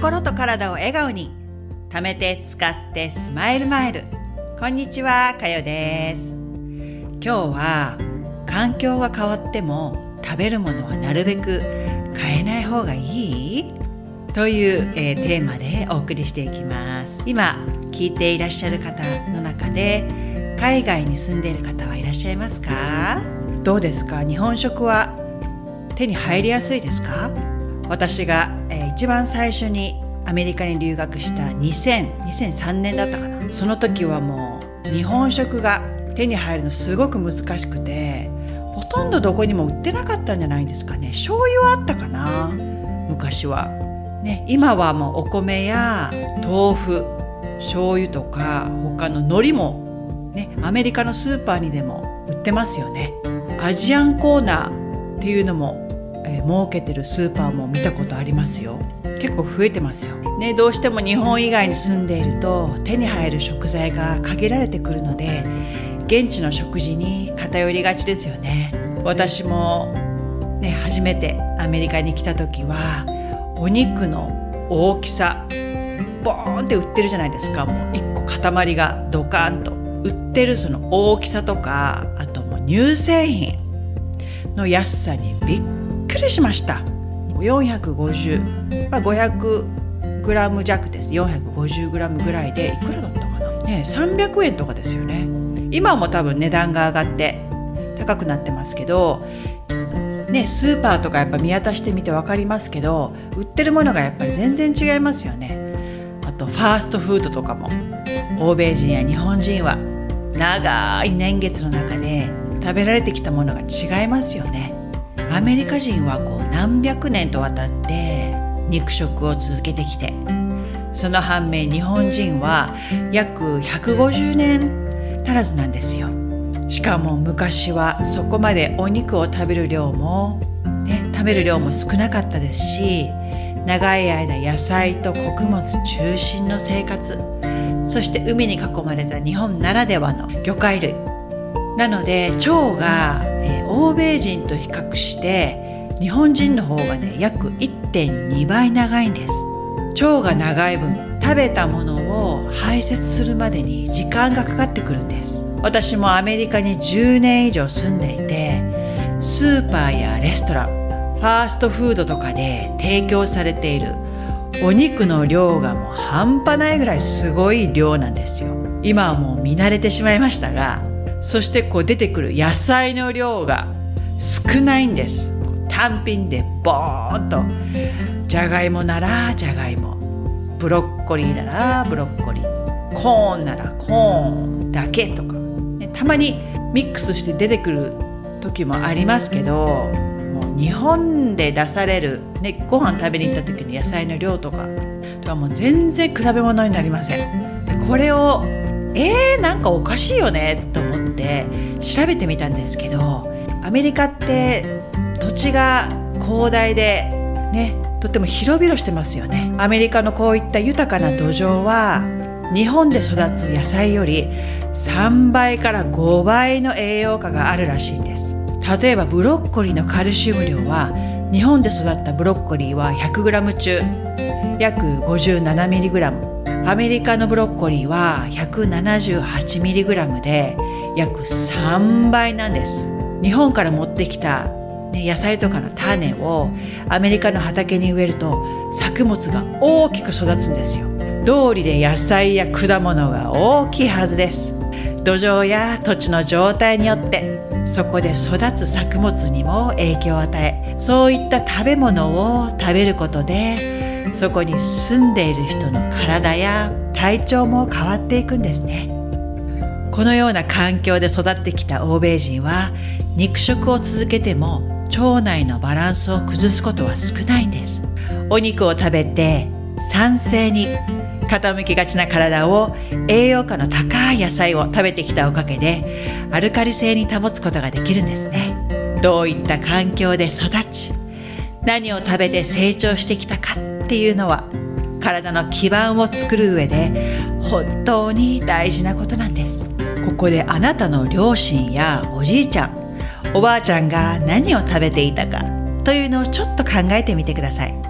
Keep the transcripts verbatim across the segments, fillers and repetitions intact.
心と体を笑顔に、貯めて使ってスマイルマイル。こんにちは、かよです。今日は環境が変わっても食べるものはなるべく変えない方がいいという、えー、テーマでお送りしていきます。今聞いていらっしゃる方の中で海外に住んでいる方はいらっしゃいますか？どうですか？日本食は手に入りやすいですか？私が、えー、一番最初にアメリカに留学したにせん、にせんさんねんだったかな。その時はもう日本食が手に入るのすごく難しくて、ほとんどどこにも売ってなかったんじゃないですかね。醤油はあったかな、昔は、ね、今はもうお米や豆腐、醤油とか他の海苔も、ね、アメリカのスーパーにでも売ってますよね。アジアンコーナーっていうのもえー、設けてるスーパーも見たことありますよ。結構増えてますよ、ね、どうしても日本以外に住んでいると手に入る食材が限られてくるので、現地の食事に偏りがちですよね。私も、ね、初めてアメリカに来た時はお肉の大きさボーンって売ってるじゃないですか。もういっこ塊がドカーンと売ってるその大きさとか、あともう乳製品の安さにびっびっくりしました。よんひゃくごじゅう、まあ、ごひゃくグラム弱です。よんひゃくごじゅうグラムぐらいでいくらだったかな、ね、さんびゃくえんとかですよね。今も多分値段が上がって高くなってますけど、ね、スーパーとかやっぱ見渡してみて分かりますけど、売ってるものがやっぱり全然違いますよね。あとファーストフードとかも欧米人や日本人は長い年月の中で食べられてきたものが違いますよね。アメリカ人はこう何百年とわたって肉食を続けてきて、その反面日本人は約ひゃくごじゅうねん足らずなんですよ。しかも昔はそこまでお肉を食べる量も、ね、食べる量も少なかったですし、長い間野菜と穀物中心の生活、そして海に囲まれた日本ならではの魚介類なので、腸が、えー、欧米人と比較して日本人の方がね約 いってんにばい長いんです。腸が長い分、食べたものを排泄するまでに時間がかかってくるんです。私もアメリカにじゅうねん以上住んでいて、スーパーやレストラン、ファーストフードとかで提供されているお肉の量がもう半端ないぐらいすごい量なんですよ。今はもう見慣れてしまいましたが、そしてこう出てくる野菜の量が少ないんです。単品でボーンと、じゃがいもならじゃがいも、ブロッコリーならブロッコリー、コーンならコーンだけとか、ね、たまにミックスして出てくる時もありますけど、もう日本で出される、ね、ご飯食べに行った時の野菜の量とかとはもう全然比べ物になりません。でこれをえー、なんかおかしいよねと思って調べてみたんですけど、アメリカって土地が広大でね、とっても広々してますよね。アメリカのこういった豊かな土壌は日本で育つ野菜よりさんばいからごばいの栄養価があるらしいんです。例えばブロッコリーのカルシウム量は、日本で育ったブロッコリーは ひゃくグラム 中約 ごじゅうななミリグラム、アメリカのブロッコリーは ひゃくななじゅうはちミリグラム で約さんばいなんです。日本から持ってきた、ね、野菜とかの種をアメリカの畑に植えると作物が大きく育つんですよ。道理で野菜や果物が大きいはずです。土壌や土地の状態によってそこで育つ作物にも影響を与え、そういった食べ物を食べることでそこに住んでいる人の体や体調も変わっていくんですね。このような環境で育ってきた欧米人は肉食を続けても腸内のバランスを崩すことは少ないんです。お肉を食べて酸性に傾きがちな体を栄養価の高い野菜を食べてきたおかげでアルカリ性に保つことができるんですね。どういった環境で育ち、何を食べて成長してきたかっていうのは体の基盤を作る上で本当に大事なことなんです。ここであなたの両親やおじいちゃん、おばあちゃんが何を食べていたかというのをちょっと考えてみてください。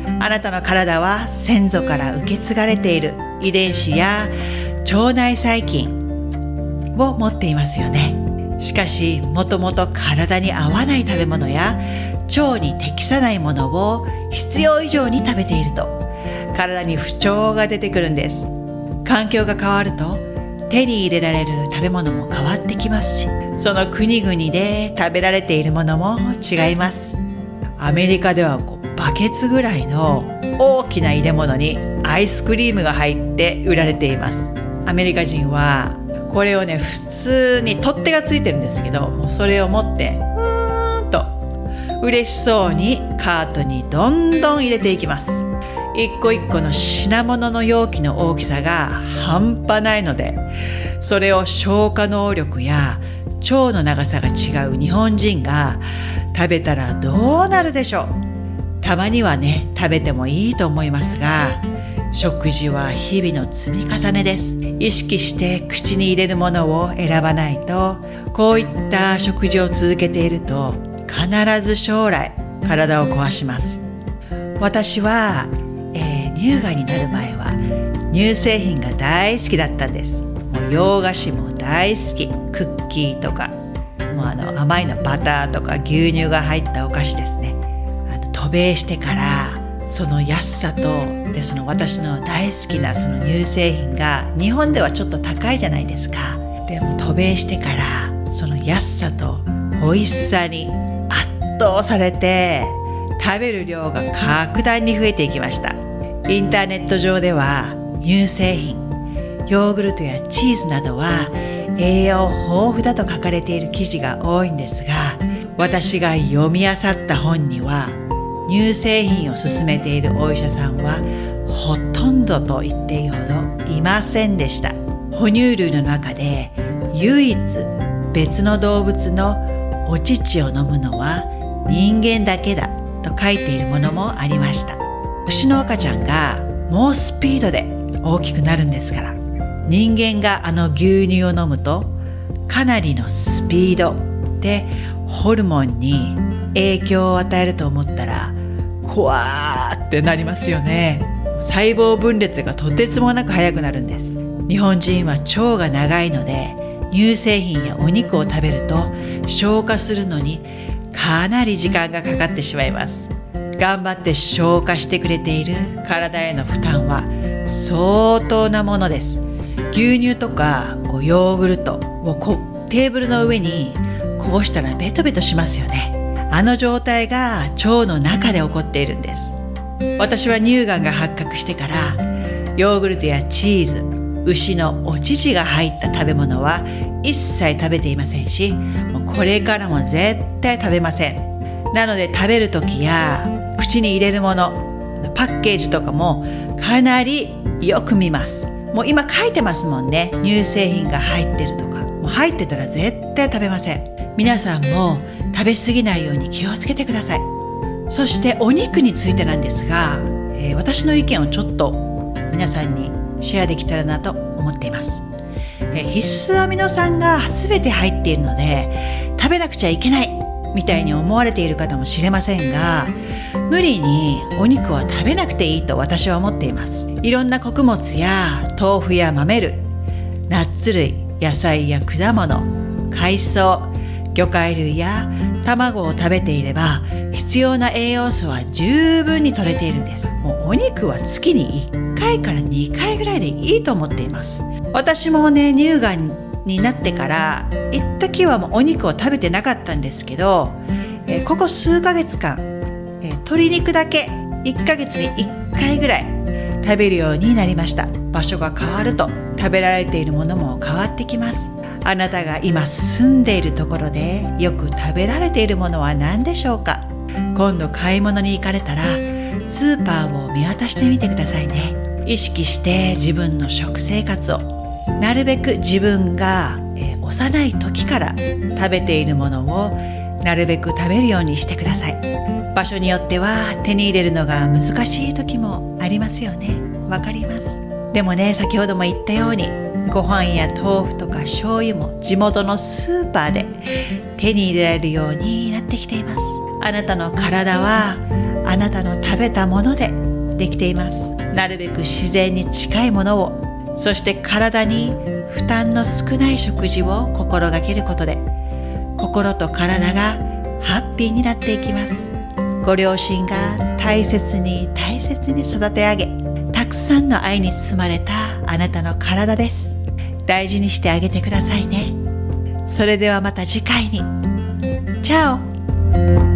あなたの体は先祖から受け継がれている遺伝子や腸内細菌を持っていますよね。しかし、もともと体に合わない食べ物や腸に適さないものを必要以上に食べていると、体に不調が出てくるんです。環境が変わると手に入れられる食べ物も変わってきますし、その国々で食べられているものも違います。アメリカではこうバケツぐらいの大きな入れ物にアイスクリームが入って売られています。アメリカ人はこれをね、普通に取っ手がついてるんですけど、もうそれを持ってふーんと嬉しそうにカートにどんどん入れていきます。一個一個の品物の容器の大きさが半端ないので、それを消化能力や腸の長さが違う日本人が食べたらどうなるでしょう。たまにはね、食べてもいいと思いますが、食事は日々の積み重ねです。意識して口に入れるものを選ばないと、こういった食事を続けていると必ず将来体を壊します。私は、えー、乳がんになる前は乳製品が大好きだったんです。もう洋菓子も大好き、クッキーとか、もうあの甘いのバターとか牛乳が入ったお菓子ですね。あの渡米してからその安さとで、その私の大好きなその乳製品が日本ではちょっと高いじゃないですか。でも渡米してからその安さと美味しさに圧倒されて、食べる量が格段に増えていきました。インターネット上では乳製品、ヨーグルトやチーズなどは栄養豊富だと書かれている記事が多いんですが、私が読み漁った本には乳製品を勧めているお医者さんはほとんどと言っていいほどいませんでした。哺乳類の中で唯一別の動物のお乳を飲むのは人間だけだと書いているものもありました。牛の赤ちゃんが猛スピードで大きくなるんですから、人間があの牛乳を飲むとかなりのスピードでホルモンに影響を与えると思ったら怖ーってなりますよね。細胞分裂がとてつもなく速くなるんです。日本人は腸が長いので、乳製品やお肉を食べると消化するのにかなり時間がかかってしまいます。頑張って消化してくれている体への負担は相当なものです。牛乳とかこうヨーグルトをこテーブルの上にこぼしたらベトベトしますよね。あの状態が腸の中で起こっているんです。私は乳がんが発覚してからヨーグルトやチーズ、牛のお乳が入った食べ物は一切食べていませんし、もうこれからも絶対食べません。なので食べる時や口に入れるもの、パッケージとかもかなりよく見ます。もう今書いてますもんね。乳製品が入ってるとか、もう入ってたら絶対食べません。皆さんも食べ過ぎないように気をつけてください。そしてお肉についてなんですが、えー、私の意見をちょっと皆さんにシェアできたらなと思っています。えー、必須アミノ酸が全て入っているので食べなくちゃいけないみたいに思われている方もしれませんが、無理にお肉は食べなくていいと私は思っています。いろんな穀物や豆腐や豆類、ナッツ類、野菜や果物、海藻、魚介類や卵を食べていれば必要な栄養素は十分に取れているんです。もうお肉は月にいっかいからにかいぐらいでいいと思っています。私もね、乳がんになってから一時はもうお肉を食べてなかったんですけど、えー、ここ数ヶ月間、えー、鶏肉だけいっかげつにいっかいぐらい食べるようになりました。場所が変わると食べられているものも変わってきます。あなたが今住んでいるところでよく食べられているものは何でしょうか。今度買い物に行かれたらスーパーを見渡してみてくださいね。意識して自分の食生活をなるべく自分が、えー、幼い時から食べているものをなるべく食べるようにしてください。場所によっては手に入れるのが難しい時もありますよね。わかります。でもね、先ほども言ったようにご飯や豆腐とか醤油も地元のスーパーで手に入れられるようになってきています。あなたの体はあなたの食べたものでできています。なるべく自然に近いものを、そして体に負担の少ない食事を心がけることで、心と体がハッピーになっていきます。ご両親が大切に大切に育て上げ、たくさんの愛に包まれたあなたの体です。大事にしてあげてくださいね。それではまた次回に。チャオ。